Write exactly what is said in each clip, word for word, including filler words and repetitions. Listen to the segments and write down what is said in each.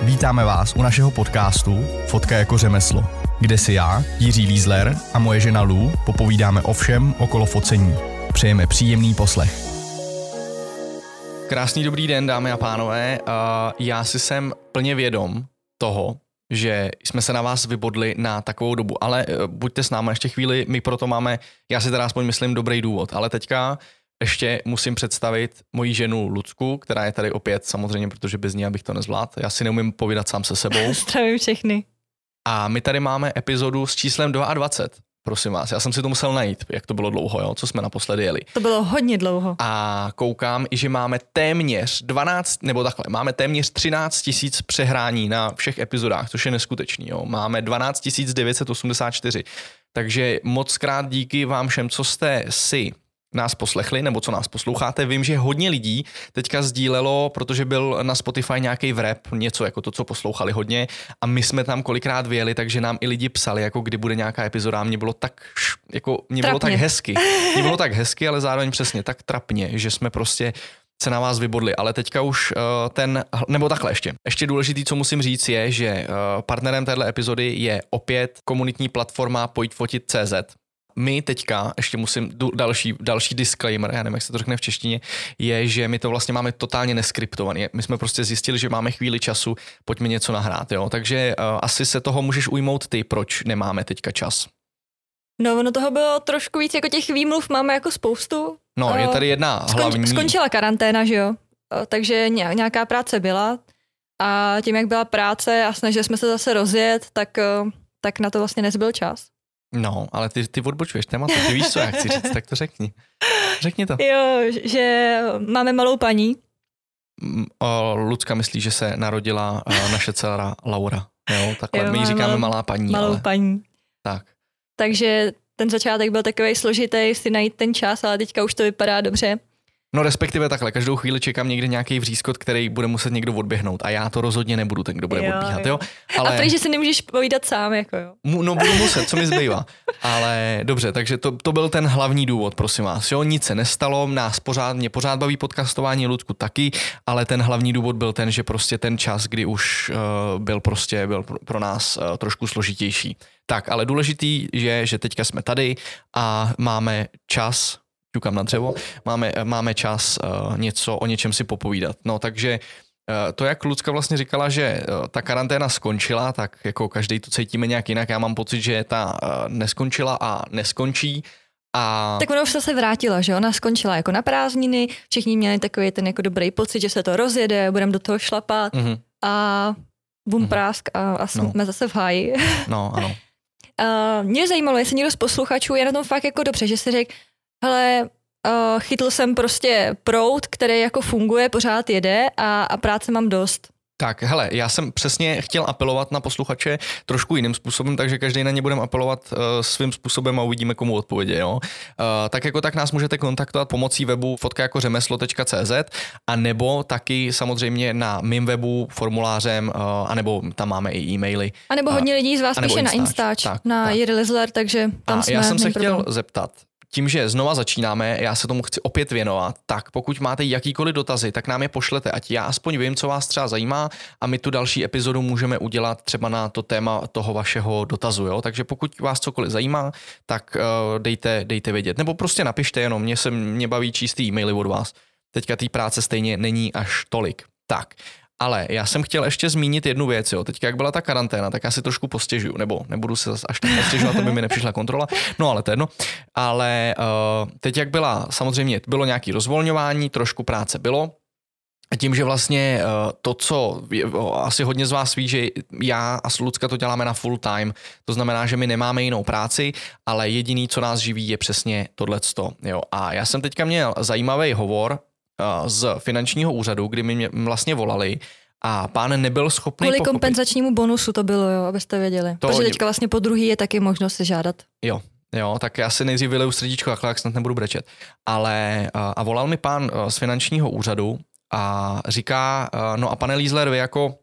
Vítáme vás u našeho podcastu Fotka jako řemeslo, kde si já, Jiří Lízler a moje žena Lou popovídáme o všem okolo focení. Přejeme příjemný poslech. Krásný dobrý den, dámy a pánové. Já si jsem plně vědom toho, že jsme se na vás vybodli na takovou dobu, ale buďte s námi ještě chvíli, my proto máme, já si teda aspoň myslím, dobrý důvod, ale teďka ještě musím představit moji ženu Lucku, která je tady opět samozřejmě, protože bez ní bych to nezvládl. Já si neumím povídat sám se sebou. Zdravím všechny. A my tady máme epizodu s číslem dvacet dva. Prosím vás, já jsem si to musel najít, jak to bylo dlouho, jo, co jsme naposledy jeli. To bylo hodně dlouho. A koukám, že máme téměř dvanáct, nebo takhle, máme téměř třináct tisíc přehrání na všech epizodách, což je neskutečný, jo. Máme dvanáct tisíc devět set osmdesát čtyři. Takže moc krát díky vám všem, co jste si nás poslechli, nebo co nás posloucháte. Vím, že hodně lidí teďka sdílelo, protože byl na Spotify nějaký wrap, něco jako to, co poslouchali hodně a my jsme tam kolikrát vyjeli, takže nám i lidi psali, jako kdy bude nějaká epizoda. Mně bylo tak, jako, mě bylo tak hezky. Mně bylo tak hezky, ale zároveň přesně tak trapně, že jsme prostě se na vás vybodli, ale teďka už uh, ten, nebo takhle ještě. Ještě důležitý, co musím říct, je, že uh, partnerem téhle epizody je opět komunitní platforma Pojď fotit tečka cé zet. My teďka, ještě musím, další, další disclaimer, já nevím, jak se to řekne v češtině, je, že my to vlastně máme totálně neskriptované. My jsme prostě zjistili, že máme chvíli času, pojďme něco nahrát, jo. Takže uh, asi se toho můžeš ujmout ty, proč nemáme teďka čas. No, ono toho bylo trošku víc, jako těch výmluv máme jako spoustu. No, uh, je tady jedna skonč, hlavní. Skončila karanténa, že jo, uh, takže nějaká práce byla a tím, jak byla práce a snažili jsme se zase rozjet, tak, uh, tak na to vlastně nezbyl čas. No, ale ty, ty odbočuješ tématu, ty víš, co já chci říct, tak to řekni. Řekni to. Jo, že máme malou paní. O, Lucka myslí, že se narodila naše dcera Laura. Jo, takhle, jo, my jí říkáme malou, malá paní. Malou ale... paní. Tak. Takže ten začátek byl takovej složitý si najít ten čas, ale teďka už to vypadá dobře. No respektive takhle, každou chvíli čekám někde nějaký vřízkot, který bude muset někdo odběhnout a já to rozhodně nebudu, ten, kdo bude jo, odbíhat, jo. jo? Ale... A takže si nemůžeš povídat sám, jako jo. No budu muset, co mi zbývá. Ale dobře, takže to, to byl ten hlavní důvod, prosím vás, jo, nic se nestalo, nás pořád, mě pořád baví podcastování, Lucku taky, ale ten hlavní důvod byl ten, že prostě ten čas, kdy už uh, byl prostě, byl pro, pro nás uh, trošku složitější. Tak, ale důležitý je, že teďka jsme tady a máme čas, ťukám na dřevo, máme, máme čas uh, něco o něčem si popovídat. No takže uh, to, jak Lucka vlastně říkala, že uh, ta karanténa skončila, tak jako každý to cítíme nějak jinak. Já mám pocit, že ta uh, neskončila a neskončí. A... Tak ona už se vrátila, že ona skončila jako na prázdniny, všichni měli takový ten jako dobrý pocit, že se to rozjede, budeme do toho šlapat mm-hmm. a bum prásk a, a jsme no. zase v háji. No, ano. uh, mě zajímalo, jestli někdo z posluchačů je na tom fakt jako dobře, že si řekl, hele, uh, chytl jsem prostě proud, který jako funguje, pořád jede a, a práce mám dost. Tak, hele, já jsem přesně chtěl apelovat na posluchače trošku jiným způsobem, takže každý na ně budeme apelovat uh, svým způsobem a uvidíme, komu odpovědě, jo. Uh, tak jako tak nás můžete kontaktovat pomocí webu fotka jako řemeslo tečka cé zet a nebo taky samozřejmě na mým webu formulářem, uh, anebo tam máme i e-maily. A nebo hodně lidí z vás píše na Instač, tak, na Jiří Lízler, takže tam a jsme. Já jsem se problém. chtěl zeptat, tím, že znova začínáme, já se tomu chci opět věnovat, tak pokud máte jakýkoliv dotazy, tak nám je pošlete, ať já aspoň vím, co vás třeba zajímá a my tu další epizodu můžeme udělat třeba na to téma toho vašeho dotazu, jo? Takže pokud vás cokoliv zajímá, tak uh, dejte, dejte vědět. Nebo prostě napište jenom, mě se mě baví číst e-maily od vás. Teďka té práce stejně není až tolik. Tak. Ale já jsem chtěl ještě zmínit jednu věc, jo. Teďka, jak byla ta karanténa, tak já si trošku postěžuju, nebo nebudu se až tak postěžovat, aby mi nepřišla kontrola, no ale to jedno. Ale uh, teď, jak byla, samozřejmě bylo nějaké rozvolňování, trošku práce bylo, a tím, že vlastně uh, to, co je, asi hodně z vás ví, že já a Lucka to děláme na full time, to znamená, že my nemáme jinou práci, ale jediný, co nás živí, je přesně tohleto, jo. A já jsem teďka měl zajímavý hovor z finančního úřadu, kdy mi vlastně volali a pán nebyl schopný Kvůli pochopit. kompenzačnímu bonusu to bylo, jo, abyste věděli. To Protože oni... teďka vlastně po druhý je taky možnost si žádat. Jo, jo, tak já si nejdřív vyleju srdíčko, takhle jak snad nebudu brečet. Ale a volal mi pán z finančního úřadu a říká, no a pane Lízler, vy jako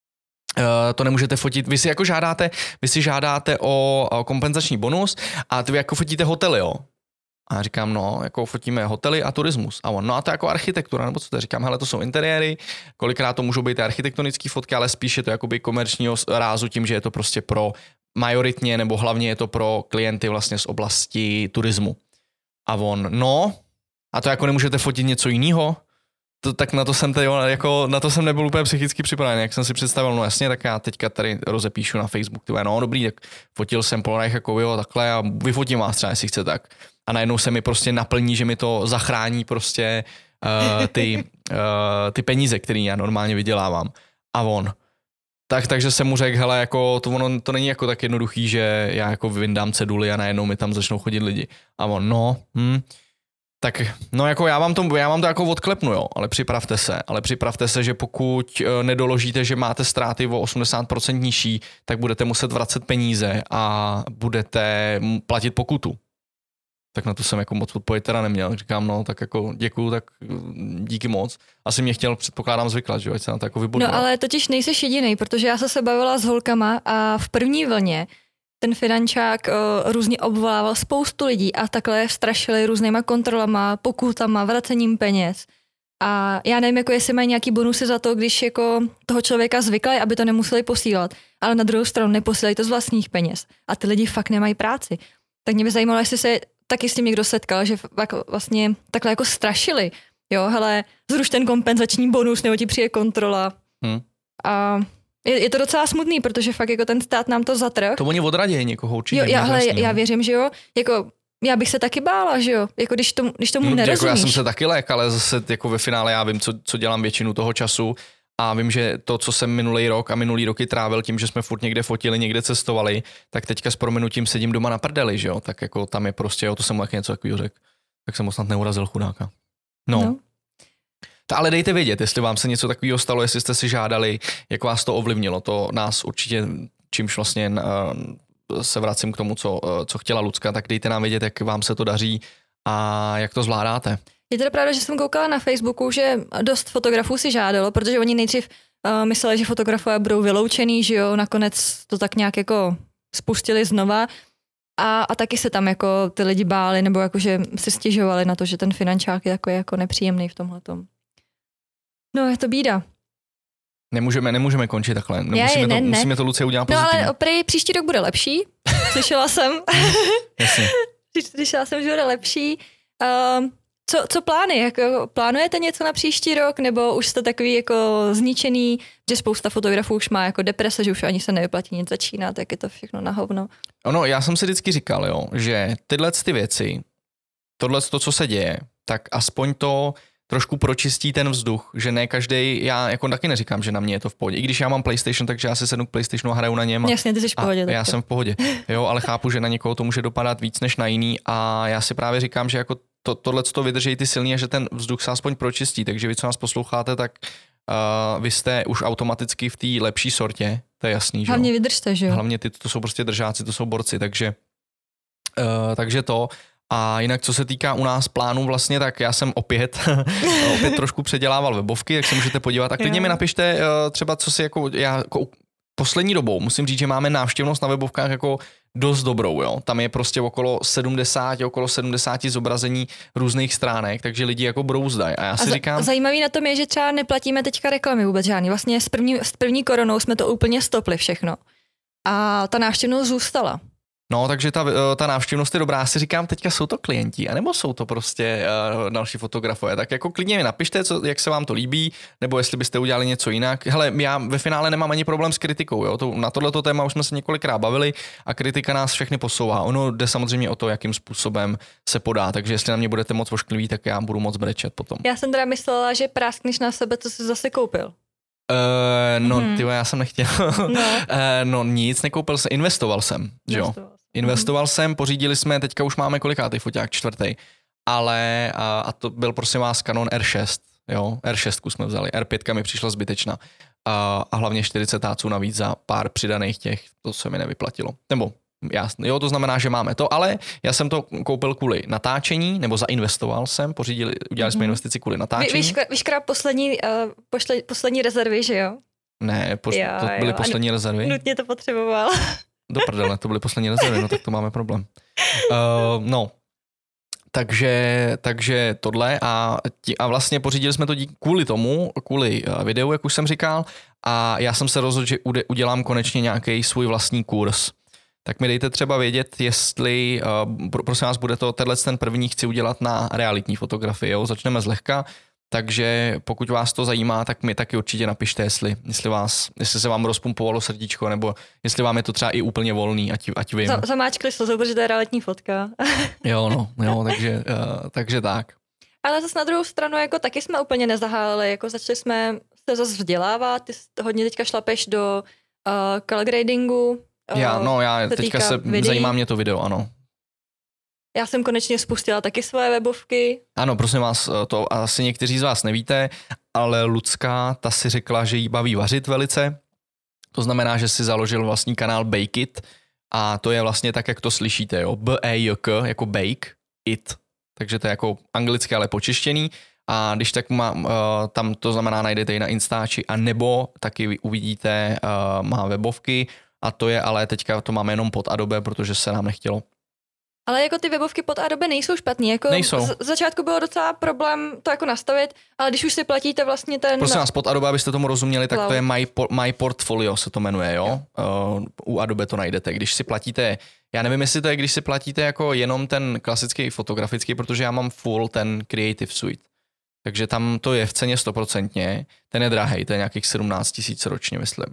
to nemůžete fotit, vy si jako žádáte, vy si žádáte o kompenzační bonus a vy jako fotíte hotely, jo. A já říkám, no, jako fotíme hotely a turismus. A on, no a to jako architektura, nebo co to říkám, hele, to jsou interiéry, kolikrát to můžou být architektonické fotky, ale spíš je to jakoby komerčního rázu tím, že je to prostě pro majoritně, nebo hlavně je to pro klienty vlastně z oblasti turismu. A on, no, a to jako nemůžete fotit něco jiného? To, tak na to jsem tady, jako, na to jsem nebyl úplně psychicky připravený, jak jsem si představil, no jasně, tak já teďka tady rozepíšu na Facebook, tyhle, no dobrý, tak fotil jsem Polreich jako jo, takhle a vyfotím vás třeba, jestli chce tak. A najednou se mi prostě naplní, že mi to zachrání prostě uh, ty, uh, ty peníze, které já normálně vydělávám. A on, tak, takže jsem mu řekl, hele, jako to, ono, to není jako tak jednoduchý, že já jako vyndám ceduly a najednou mi tam začnou chodit lidi. A on, no, hm, tak no jako já vám to, já vám to jako odklepnu, jo, ale připravte se, ale připravte se, že pokud nedoložíte, že máte ztráty o osmdesát procent nižší, tak budete muset vracet peníze a budete platit pokutu. Tak na to jsem jako moc odpověď teda neměl. Říkám, no tak jako děkuju, tak díky moc. Asi mě chtěl, předpokládám, zvyklat, že ať se na to jako vybudil. No ale totiž nejseš jedinej, protože já jsem se bavila s holkama a v první vlně ten finančák uh, různě obvolával spoustu lidí a takhle strašili různýma kontrolama, pokutama, vracením peněz. A já nevím, jako jestli mají nějaký bonusy za to, když jako toho člověka zvyklí, aby to nemuseli posílat. Ale na druhou stranu neposílají to z vlastních peněz. A ty lidi fakt nemají práci. Tak mě by zajímalo, jestli se taky s tím někdo setkal, že jako vlastně takhle jako strašili. Jo, hele, zruš ten kompenzační bonus, nebo ti přijde kontrola. Hmm. A je, je to docela smutný, protože fakt jako ten stát nám to zatrh. To oni odradějí někoho určitě. Jo, já, hele, já věřím, že jo, jako já bych se taky bála, že jo, jako když, tom, když tomu no, nerozumíš. Jako já jsem se taky lék, ale zase jako ve finále já vím, co, co dělám většinu toho času a vím, že to, co jsem minulý rok a minulý roky trávil tím, že jsme furt někde fotili, někde cestovali, tak teďka s prominutím sedím doma na prdeli, že jo, tak jako tam je prostě, jo, to jsem taky něco takového řekl, tak jsem ho snad neurazil chudáka. No. no. Ta, ale dejte vědět, jestli vám se něco takového stalo, jestli jste si žádali, jak vás to ovlivnilo, to nás určitě, čímž vlastně uh, se vracím k tomu, co, uh, co chtěla Lucka, tak dejte nám vědět, jak vám se to daří a jak to zvládáte. Je teda pravda, že jsem koukala na Facebooku, že dost fotografů si žádalo, protože oni nejdřív uh, mysleli, že fotografové budou vyloučený, že jo, nakonec to tak nějak jako spustili znova a, a taky se tam jako ty lidi báli nebo jakože si stěžovali na to, že ten finančák je takový jako nepříjemný v tomhletom. No, je to bída. Nemůžeme, nemůžeme končit takhle. No, je, musíme, ne, to, ne. musíme to Lucie udělat pozitivně. No ale oprej příští rok bude lepší. Slyšela jsem. Jasně. Slyšela jsem, že bude lepší. Um, co, co plány? Jako, plánujete něco na příští rok? Nebo už jste takový jako zničený, že spousta fotografů už má jako deprese, že už ani se nevyplatí nic začínat, jak je to všechno na hovno? Ono, já jsem si vždycky říkal, jo, že tyhle ty věci, tohle to, co se děje, tak aspoň to trošku pročistí ten vzduch, že ne každý, já jako taky neříkám, že na mě je to v pohodě. I když já mám PlayStation, takže já si sednu k PlayStationu a hraju na něm. A, Jasně, ty jsi v pohodě. Já jsem v pohodě, jo, ale chápu, že na někoho to může dopadat víc než na jiný a já si právě říkám, že jako to, tohle to vydrží ty silný a že ten vzduch se aspoň pročistí, takže vy, co nás posloucháte, tak uh, vy jste už automaticky v té lepší sortě, to je jasný, že jo. Hlavně vydržte, že jo. Hlavně ty, to jsou prostě držáci, to jsou borci, takže, uh, takže to. A jinak, co se týká u nás plánů vlastně, tak já jsem opět, opět trošku předělával webovky, jak se můžete podívat. A klidně mi napište třeba, co si jako, já jako poslední dobou musím říct, že máme návštěvnost na webovkách jako dost dobrou, jo. Tam je prostě okolo sedmdesát, okolo sedmdesát zobrazení různých stránek, takže lidi jako brouzdají. A já si a říkám... Zajímavý na tom je, že třeba neplatíme teďka reklamy vůbec žádný. Vlastně s první, s první koronou jsme to úplně stopli všechno. A ta návštěvnost zůstala. No, takže ta, ta návštěvnost je dobrá. Já si říkám, teďka jsou to klienti, anebo jsou to prostě uh, další fotografové. Tak jako klidně mi napište, co, jak se vám to líbí, nebo jestli byste udělali něco jinak. Hele, já ve finále nemám ani problém s kritikou. Jo? To, na tohleto téma už jsme se několikrát bavili a kritika nás všechny posouvá. Ono jde samozřejmě o to, jakým způsobem se podá. Takže jestli na mě budete moc ošklivý, tak já budu moc brečet potom. Já jsem teda myslela, že práskneš na sebe, co jsi zase koupil. Uh, no, hmm. tyjo, já jsem nechtěl. No. uh, no nic, nekoupil jsem, investoval jsem, že jo. Investoval mm-hmm. jsem, pořídili jsme, teďka už máme kolikátý foťák, čtvrtý, ale a, a to byl prosím vás Canon R šest, jo, R šest jsme vzali, R pět mi přišla zbytečná a, a hlavně čtyřicet táců navíc za pár přidaných těch, to se mi nevyplatilo, nebo jasně, jo, to znamená, že máme to, ale já jsem to koupil kvůli natáčení, nebo zainvestoval jsem, pořídili, udělali mm-hmm. jsme investici kvůli natáčení. Víš, víš krát poslední, uh, pošle, poslední rezervy, že jo? Ne, pos, jo, to byly jo. poslední rezervy. Nutně to potřeboval. Do prdele, to byly poslední rezervy, no tak to máme problém. Uh, no, Takže, takže tohle a, tí, a vlastně pořídili jsme to dík, kvůli tomu, kvůli videu, jak už jsem říkal, a já jsem se rozhodl, že udělám konečně nějaký svůj vlastní kurz. Tak mi dejte třeba vědět, jestli, uh, prosím vás, bude to tenhle ten první, chci udělat na realitní fotografii, jo? Začneme zlehka, takže pokud vás to zajímá, tak mi taky určitě napište, jestli, jestli, vás, jestli se vám rozpumpovalo srdíčko, nebo jestli vám je to třeba i úplně volný, ať, ať vím. Zamáčkli slzu, protože to je realitní fotka. Jo, no, jo, takže, uh, takže tak. Ale zase na druhou stranu, jako taky jsme úplně nezaháleli, jako začali jsme se zase vzdělávat, ty hodně teďka šlapeš do uh, color gradingu. Uh, já, no, já teďka se videí. Zajímá mě to video, ano. Já jsem konečně spustila taky svoje webovky. Ano, prosím vás, to asi někteří z vás nevíte, ale Lucka, ta si řekla, že jí baví vařit velice. To znamená, že si založil vlastní kanál Bake It a to je vlastně tak, jak to slyšíte, jo. B E J K, jako bake, it. Takže to je jako anglicky, ale počištěný. A když tak má, uh, tam to znamená, najdete ji na Instači a nebo taky uvidíte, uh, má webovky a to je, ale teďka to máme jenom pod Adobe, protože se nám nechtělo. Ale jako ty webovky pod Adobe nejsou špatný. Jako nejsou. Z začátku bylo docela problém to jako nastavit, ale když už si platíte vlastně ten... Prosím vás, pod Adobe, abyste tomu rozuměli, tak to je My, My Portfolio se to jmenuje, jo? jo. Uh, u Adobe to najdete. Když si platíte, já nevím, jestli to je, když si platíte jako jenom ten klasický fotografický, protože já mám full ten Creative Suite. Takže tam to je v ceně stoprocentně. Ten je drahej, to je nějakých sedmnáct tisíc ročně, myslím.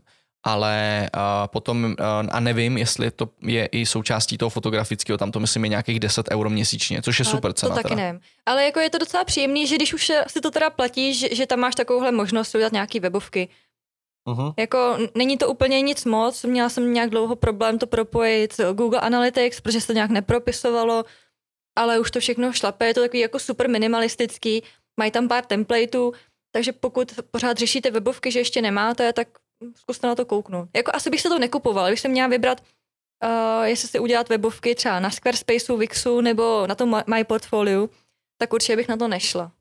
Ale uh, potom, uh, a nevím, jestli to je i součástí toho fotografického, tam to myslím je nějakých deset euro měsíčně, což je ale super cena. To taky teda. nevím. Ale jako je to docela příjemný, že když už si to teda platíš, že, že tam máš takovouhle možnost udělat nějaký webovky. Uh-huh. Jako není to úplně nic moc, měla jsem nějak dlouho problém to propojit s Google Analytics, protože se to nějak nepropisovalo, ale už to všechno šlape, je to takový jako super minimalistický, mají tam pár templateů, takže pokud pořád řešíte webovky, že ještě nemáte, tak zkuste na to kouknout. Jako asi bych se to nekupovala, bych se měla vybrat, uh, jestli si udělat webovky třeba na Squarespaceu, Wixu nebo na tom My Portfolio, tak určitě bych na to nešla.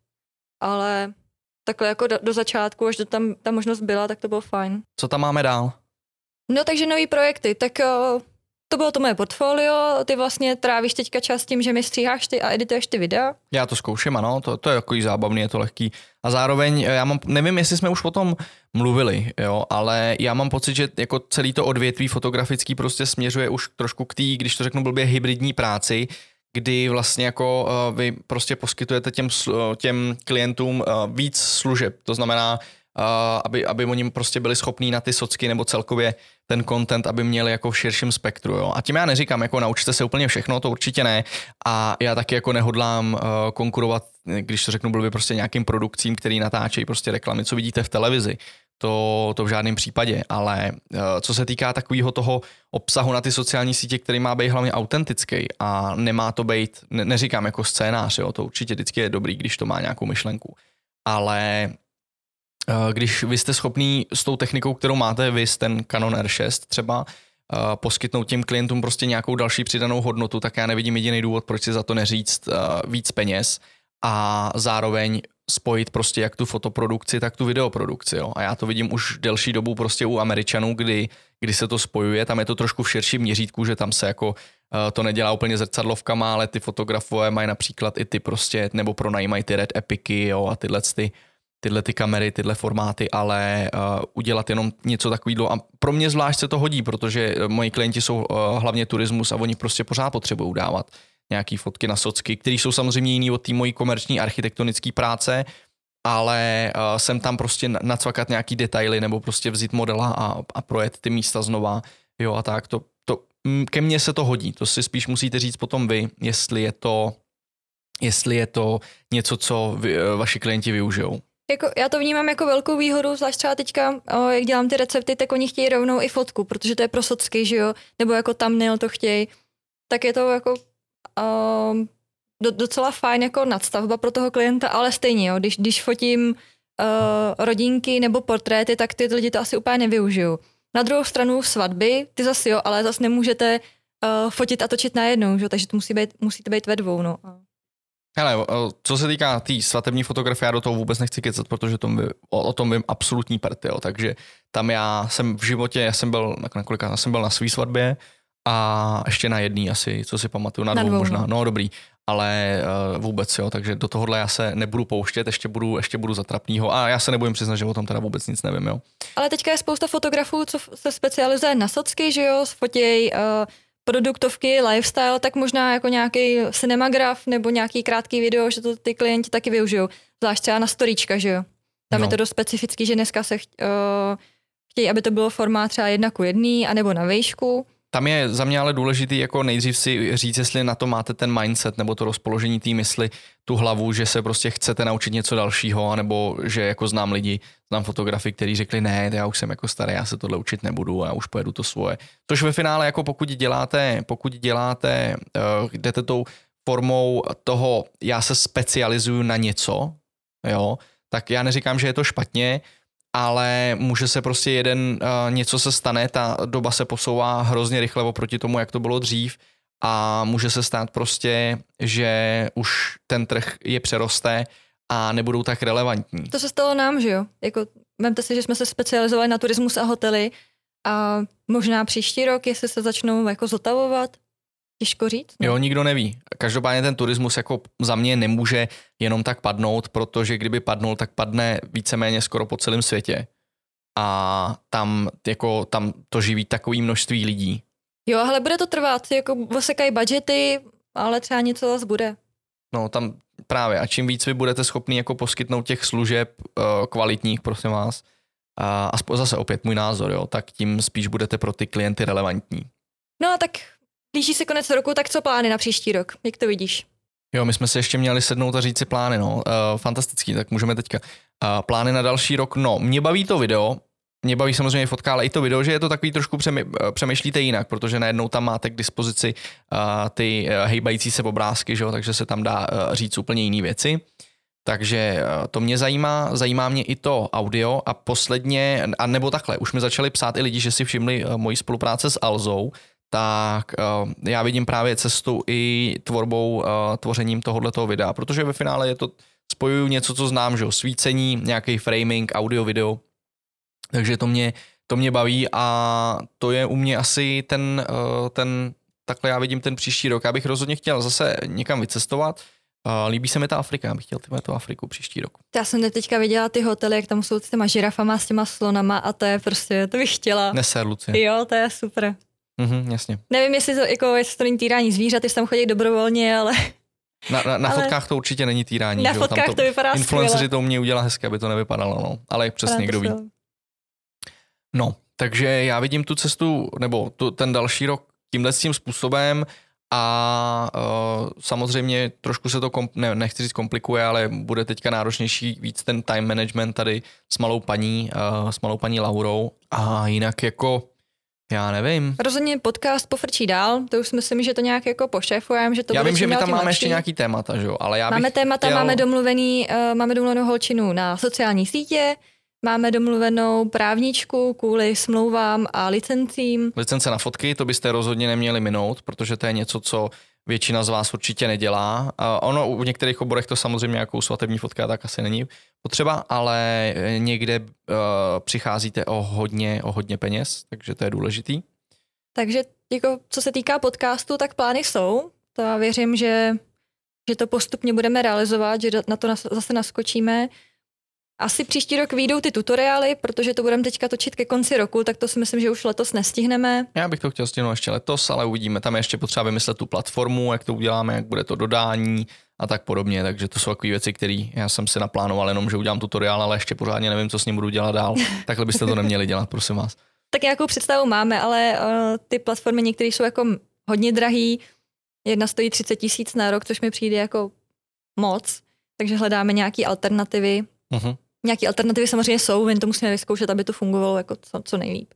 Ale takhle jako do, do začátku, až do tam ta možnost byla, tak to bylo fajn. Co tam máme dál? No takže nový projekty, tak uh, to bylo to moje portfolio, ty vlastně trávíš teďka čas tím, že mi stříháš ty a edituješ ty videa. Já to zkouším, ano, to, to je jako zábavný, je to lehký. A zároveň, já mám, nevím, jestli jsme už o tom mluvili, jo, ale já mám pocit, že jako celý to odvětví fotografický prostě směřuje už trošku k té, když to řeknu blbě, hybridní práci, kdy vlastně jako uh, vy prostě poskytujete těm, těm klientům uh, víc služeb, to znamená, Uh, aby, aby oni prostě byli schopní na ty socky nebo celkově ten content, aby měli jako v širším spektru. Jo? A tím já neříkám, jako naučte se úplně všechno, to určitě ne. A já taky jako nehodlám uh, konkurovat, když to řeknu blbě, prostě nějakým produkcím, který natáčejí prostě reklamy, co vidíte v televizi. To, to v žádném případě, ale uh, co se týká takového toho obsahu na ty sociální sítě, který má být hlavně autentický a nemá to být, ne, neříkám jako scénář, jo? To určitě vždycky je dobrý, když to má nějakou myšlenku. Ale když vy jste schopný s tou technikou, kterou máte vy, ten Canon R šest třeba, uh, poskytnout těm klientům prostě nějakou další přidanou hodnotu, tak já nevidím jediný důvod, proč si za to neříct uh, víc peněz a zároveň spojit prostě jak tu fotoprodukci, tak tu videoprodukci. Jo. A já to vidím už delší dobu prostě u Američanů, kdy, kdy se to spojuje, tam je to trošku v širším měřítku, že tam se jako uh, to nedělá úplně zrcadlovkama, ale ty fotografové mají například i ty prostě, nebo pronajímají ty Red Epicy, jo, a tyhle ty tyhle ty kamery, tyhle formáty, ale uh, udělat jenom něco takového. A pro mě zvlášť se to hodí, protože moji klienti jsou uh, hlavně turismus a oni prostě pořád potřebují dávat nějaký fotky na socky, které jsou samozřejmě jiný od té mojí komerční architektonické práce, ale uh, jsem tam prostě nacvakat nějaký detaily nebo prostě vzít modela a, a projet ty místa znova. Jo a tak, to, to, ke mně se to hodí. To si spíš musíte říct potom vy, jestli je to, jestli je to něco, co vy, vaši klienti využijou. Jako, já to vnímám jako velkou výhodu, zvlášť třeba teďka, o, jak dělám ty recepty, tak oni chtějí rovnou i fotku, protože to je pro socky, že jo, nebo jako thumbnail to chtějí, tak je to jako o, do, docela fajn jako nadstavba pro toho klienta, ale stejně, jo, když, když fotím o, rodinky nebo portréty, tak ty lidi to asi úplně nevyužijou. Na druhou stranu svatby, ty zase jo, ale zase nemůžete o, fotit a točit najednou, že jo, takže to musí být, musíte být ve dvou, no. Hele, co se týká té tý svatební fotografie, já do toho vůbec nechci kecat, protože tom vím, o, o tom vím absolutní party, jo. Takže tam já jsem v životě, já jsem byl, na kolika, já jsem byl na svý svatbě a ještě na jedný asi, co si pamatuju, na, na dvou, dvou možná, no dobrý. ale uh, vůbec, jo, takže do tohohle já se nebudu pouštět, ještě budu, ještě budu zatrapnýho a já se nebojím přiznat, že o tom teda vůbec nic nevím, jo. Ale teďka je spousta fotografů, co se specializuje na socky, že jo, fotěj uh, produktovky, lifestyle, tak možná jako nějaký cinemagraf nebo nějaký krátký video, že to ty klienti taky využijou. Zvlášť třeba na storíčka, že jo. Tam no. je to dost specifický, že dneska se chtě, uh, chtějí, aby to bylo formát třeba jedna ku jedný, anebo na výšku. Tam je za mě ale důležitý jako nejdřív si říct, jestli na to máte ten mindset nebo to rozpoložení té mysli, tu hlavu, že se prostě chcete naučit něco dalšího, anebo že jako znám lidi, znám fotografy, kteří řekli ne, já už jsem jako starý, já se tohle učit nebudu, já už pojedu to svoje. Což ve finále jako pokud děláte, pokud děláte, uh, jdete tou formou toho, já se specializuju na něco, jo, tak já neříkám, že je to špatně, ale může se prostě jeden, uh, něco se stane, ta doba se posouvá hrozně rychle oproti tomu, jak to bylo dřív a může se stát prostě, že už ten trh je přeroste a nebudou tak relevantní. To se stalo nám, že jo? Jako, vemte si, že jsme se specializovali na turismus a hotely a možná příští rok, jestli se začnou jako zotavovat, těžko říct. Ne? Jo, nikdo neví. Každopádně ten turismus jako za mě nemůže jenom tak padnout, protože kdyby padnul, tak padne víceméně skoro po celém světě. A tam, jako, tam to živí takové množství lidí. Jo, ale bude to trvat, jako osekají budžety, ale třeba něco zase bude. No tam právě a čím víc vy budete schopni jako poskytnout těch služeb uh, kvalitních, prosím vás, a uh, zase opět můj názor, jo, tak tím spíš budete pro ty klienty relevantní. No a tak blíží se konec roku, tak co plány na příští rok? Jak to vidíš? Jo, my jsme se ještě měli sednout a říct si plány, no. Uh, fantastický, tak můžeme teďka. Uh, plány na další rok, no, mě baví to video, mě baví samozřejmě fotka, ale i to video, že je to takový trošku přemy, přemýšlíte jinak, protože najednou tam máte k dispozici uh, ty uh, hejbající se obrázky, že jo, takže se tam dá uh, říct úplně jiné věci. Takže uh, to mě zajímá, zajímá mě i to audio a posledně, a nebo takhle, už mi začali psát i lidi, že si všimli uh, moji spolupráce s Alzou, tak uh, já vidím právě cestu i tvorbou, uh, tvořením tohoto videa, protože ve finále je to, spojuju něco, co znám, že jo, svícení, nějaký framing, audio, video, takže to mě, to mě baví a to je u mě asi ten, uh, ten, takhle já vidím ten příští rok, já bych rozhodně chtěl zase někam vycestovat, uh, líbí se mi ta Afrika, já bych chtěl tyhle tu Afriku příští rok. Já jsem teďka viděla ty hotely, jak tam jsou s těma žirafama, s těma slonama a to je prostě, to bych chtěla. Neser, Lucie. Jo, to je super. Mhm, jasně. Nevím, jestli to, jako, jestli to není týrání zvířat, jestli tam chodí dobrovolně, ale... Na, na, na ale... fotkách to určitě není týrání. Na že? fotkách tam to, to vypadá skvěle. Influenceři to umějí udělat hezky, aby to nevypadalo, no. Ale přesně kdo ví. No, takže já vidím tu cestu, nebo tu, ten další rok tímhle s tím způsobem a uh, samozřejmě trošku se to, komp- ne, nechci říct komplikuje, ale bude teďka náročnější víc ten time management tady s malou paní, uh, s malou paní Laurou a jinak jako já nevím. Rozhodně podcast pofrčí dál, to už si myslím, že to nějak jako pošéfujeme, že to já bude vím, že my tam máme lepší. ještě nějaký témata, že jo, ale já bych Máme témata, chtěl... máme domluvený, uh, máme domluvenou holčinu na sociální sítě, máme domluvenou právničku kvůli smlouvám a licencím. Licence na fotky, to byste rozhodně neměli minout, protože to je něco, co většina z vás určitě nedělá. A ono v některých oborech to samozřejmě jako svatební fotka tak asi není potřeba, ale někde uh, přicházíte o hodně, o hodně peněz, takže to je důležitý. Takže jako, co se týká podcastu, tak plány jsou. To já věřím, že, že to postupně budeme realizovat, že na to nas, zase naskočíme. Asi příští rok vyjdou ty tutoriály, protože to budeme teďka točit ke konci roku, tak to si myslím, že už letos nestihneme. Já bych to chtěl stihnout ještě letos, ale uvidíme. Tam je ještě potřeba vymyslet tu platformu, jak to uděláme, jak bude to dodání a tak podobně. Takže to jsou takové věci, které já jsem si naplánoval jenom, že udělám tutoriál, ale ještě pořádně nevím, co s ním budu dělat dál. Takhle byste to neměli dělat, prosím vás. Tak nějakou představu máme, ale uh, ty platformy některé jsou jako hodně drahý. Jedna stojí třicet tisíc na rok, což mi přijde jako moc. Takže hledáme nějaké alternativy. Uh-huh. Nějaké alternativy samozřejmě jsou, jen to musíme vyzkoušet, aby to fungovalo jako co, co nejlíp.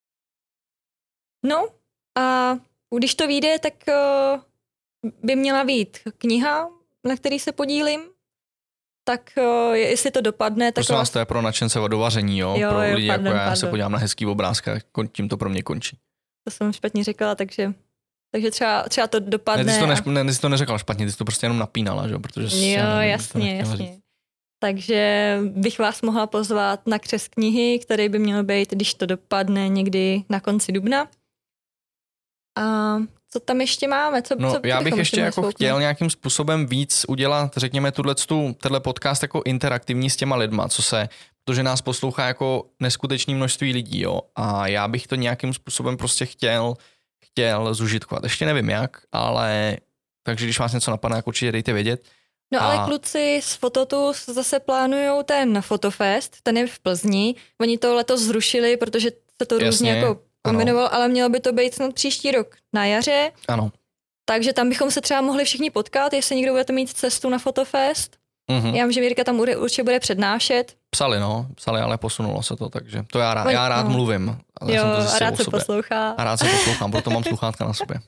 No a když to vyjde, tak uh, by měla být kniha, na který se podílím. Tak uh, jestli to dopadne, tak... Prosím vás, to je pro nadšence do vaření, jo? jo pro jo, lidi pardon, jako já pardon. se podívám na hezký obrázek a tím to pro mě končí. To jsem špatně řekla, takže, takže třeba, třeba to dopadne. Ne, ty jsi to, než, a... ne, ty jsi to neřekla špatně, ty jsi to prostě jenom napínala, že? Protože jo, nevím, jasně, jasně. Říct. Takže bych vás mohla pozvat na křest knihy, který by měl být, když to dopadne, někdy na konci dubna. A co tam ještě máme? Co, no, co já bych ještě jako svouknout? chtěl nějakým způsobem víc udělat, řekněme, tuto, tenhle podcast jako interaktivní s těma lidma, co se, protože nás poslouchá jako neskutečné množství lidí, jo, a já bych to nějakým způsobem prostě chtěl, chtěl zužitkovat. Ještě nevím jak, ale takže když vás něco napadne, tak určitě dejte vědět. No a... ale kluci z Fototus zase plánujou ten Fotofest, ten je v Plzni. Oni to letos zrušili, protože se to různě Jasně, jako kombinovalo, ale mělo by to být snad příští rok na jaře. Ano. Takže tam bychom se třeba mohli všichni potkat, jestli někdo budete mít cestu na Fotofest. Mm-hmm. Já vím, že Mirka tam určitě bude přednášet. Psali, no, psali, ale posunulo se to, takže to já rád, Oni, já rád no. mluvím. Ale Jo, jsem to a rád se sobě. poslouchá. A rád se poslouchám, proto mám sluchátka na sobě.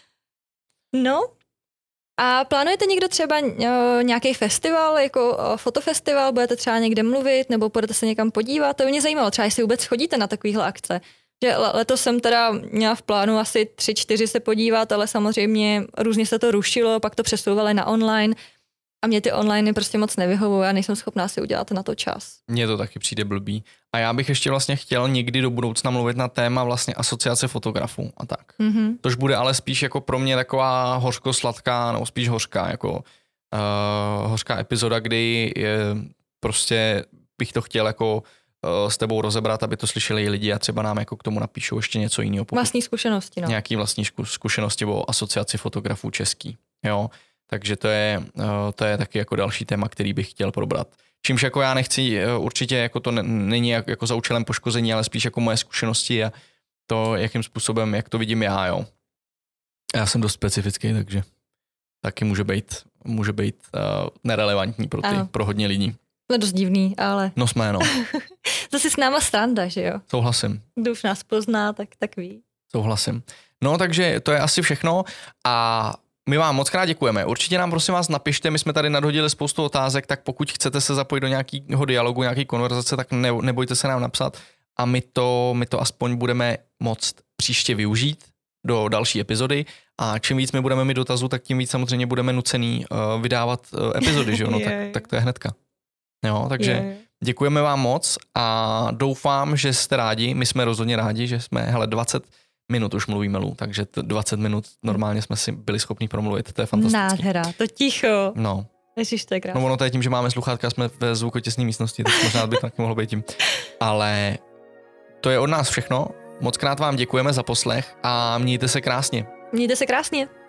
No, a plánujete někdo třeba uh, nějaký festival, jako uh, fotofestival, budete třeba někde mluvit, nebo budete se někam podívat? To by mě zajímalo, třeba jestli vůbec chodíte na takovýhle akce. Že letos jsem teda měla v plánu asi tři, čtyři se podívat, ale samozřejmě různě se to rušilo, pak to přesouvali na online a mě ty online prostě moc nevyhovují, já nejsem schopná si udělat na to čas. Mně to taky přijde blbý. A já bych ještě vlastně chtěl někdy do budoucna mluvit na téma vlastně asociace fotografů a tak. Mm-hmm. Tož bude ale spíš jako pro mě taková hořko-sladká, nebo spíš hořká, jako uh, hořká epizoda, kdy je, prostě bych to chtěl jako uh, s tebou rozebrat, aby to slyšeli i lidi a třeba nám jako k tomu napíšou ještě něco jiného. Vlastní zkušenosti, no. Nějaký vlastní zkušenosti o asociaci fotografů český, jo. Takže to je, uh, to je taky jako další téma, který bych chtěl probrat. Čímž jako já nechci, uh, určitě jako to není jako, jako za účelem poškození, ale spíš jako moje zkušenosti a to, jakým způsobem, jak to vidím já, jo. Já jsem dost specifický, takže taky může být, může být uh, nerelevantní pro ty, ano. pro hodně lidí. To je dost divný, ale... No jsme, no. Zase s náma sranda, že jo? Souhlasím. Kdo už nás pozná, tak, tak ví. Souhlasím. No takže to je asi všechno a my vám moc krát děkujeme. Určitě nám prosím vás napište, my jsme tady nadhodili spoustu otázek, tak pokud chcete se zapojit do nějakého dialogu, nějaký konverzace, tak ne, nebojte se nám napsat a my to, my to aspoň budeme moct příště využít do další epizody a čím víc my budeme mít dotazů, tak tím víc samozřejmě budeme nucený uh, vydávat uh, epizody, že jo? No, tak, tak to je hnedka. Jo, takže děkujeme vám moc a doufám, že jste rádi, my jsme rozhodně rádi, že jsme, hele, dvacet minut už mluvíme, Lu, takže dvacet minut normálně jsme si byli schopni promluvit, to je fantastické. Nádhera, to ticho. No. Ježiš, to je krásné. No ono to je tím, že máme sluchátka, jsme ve zvukotěsné místnosti, tak možná by to taky mohlo být tím. Ale to je od nás všechno, moc krát vám děkujeme za poslech a mějte se krásně. Mějte se krásně.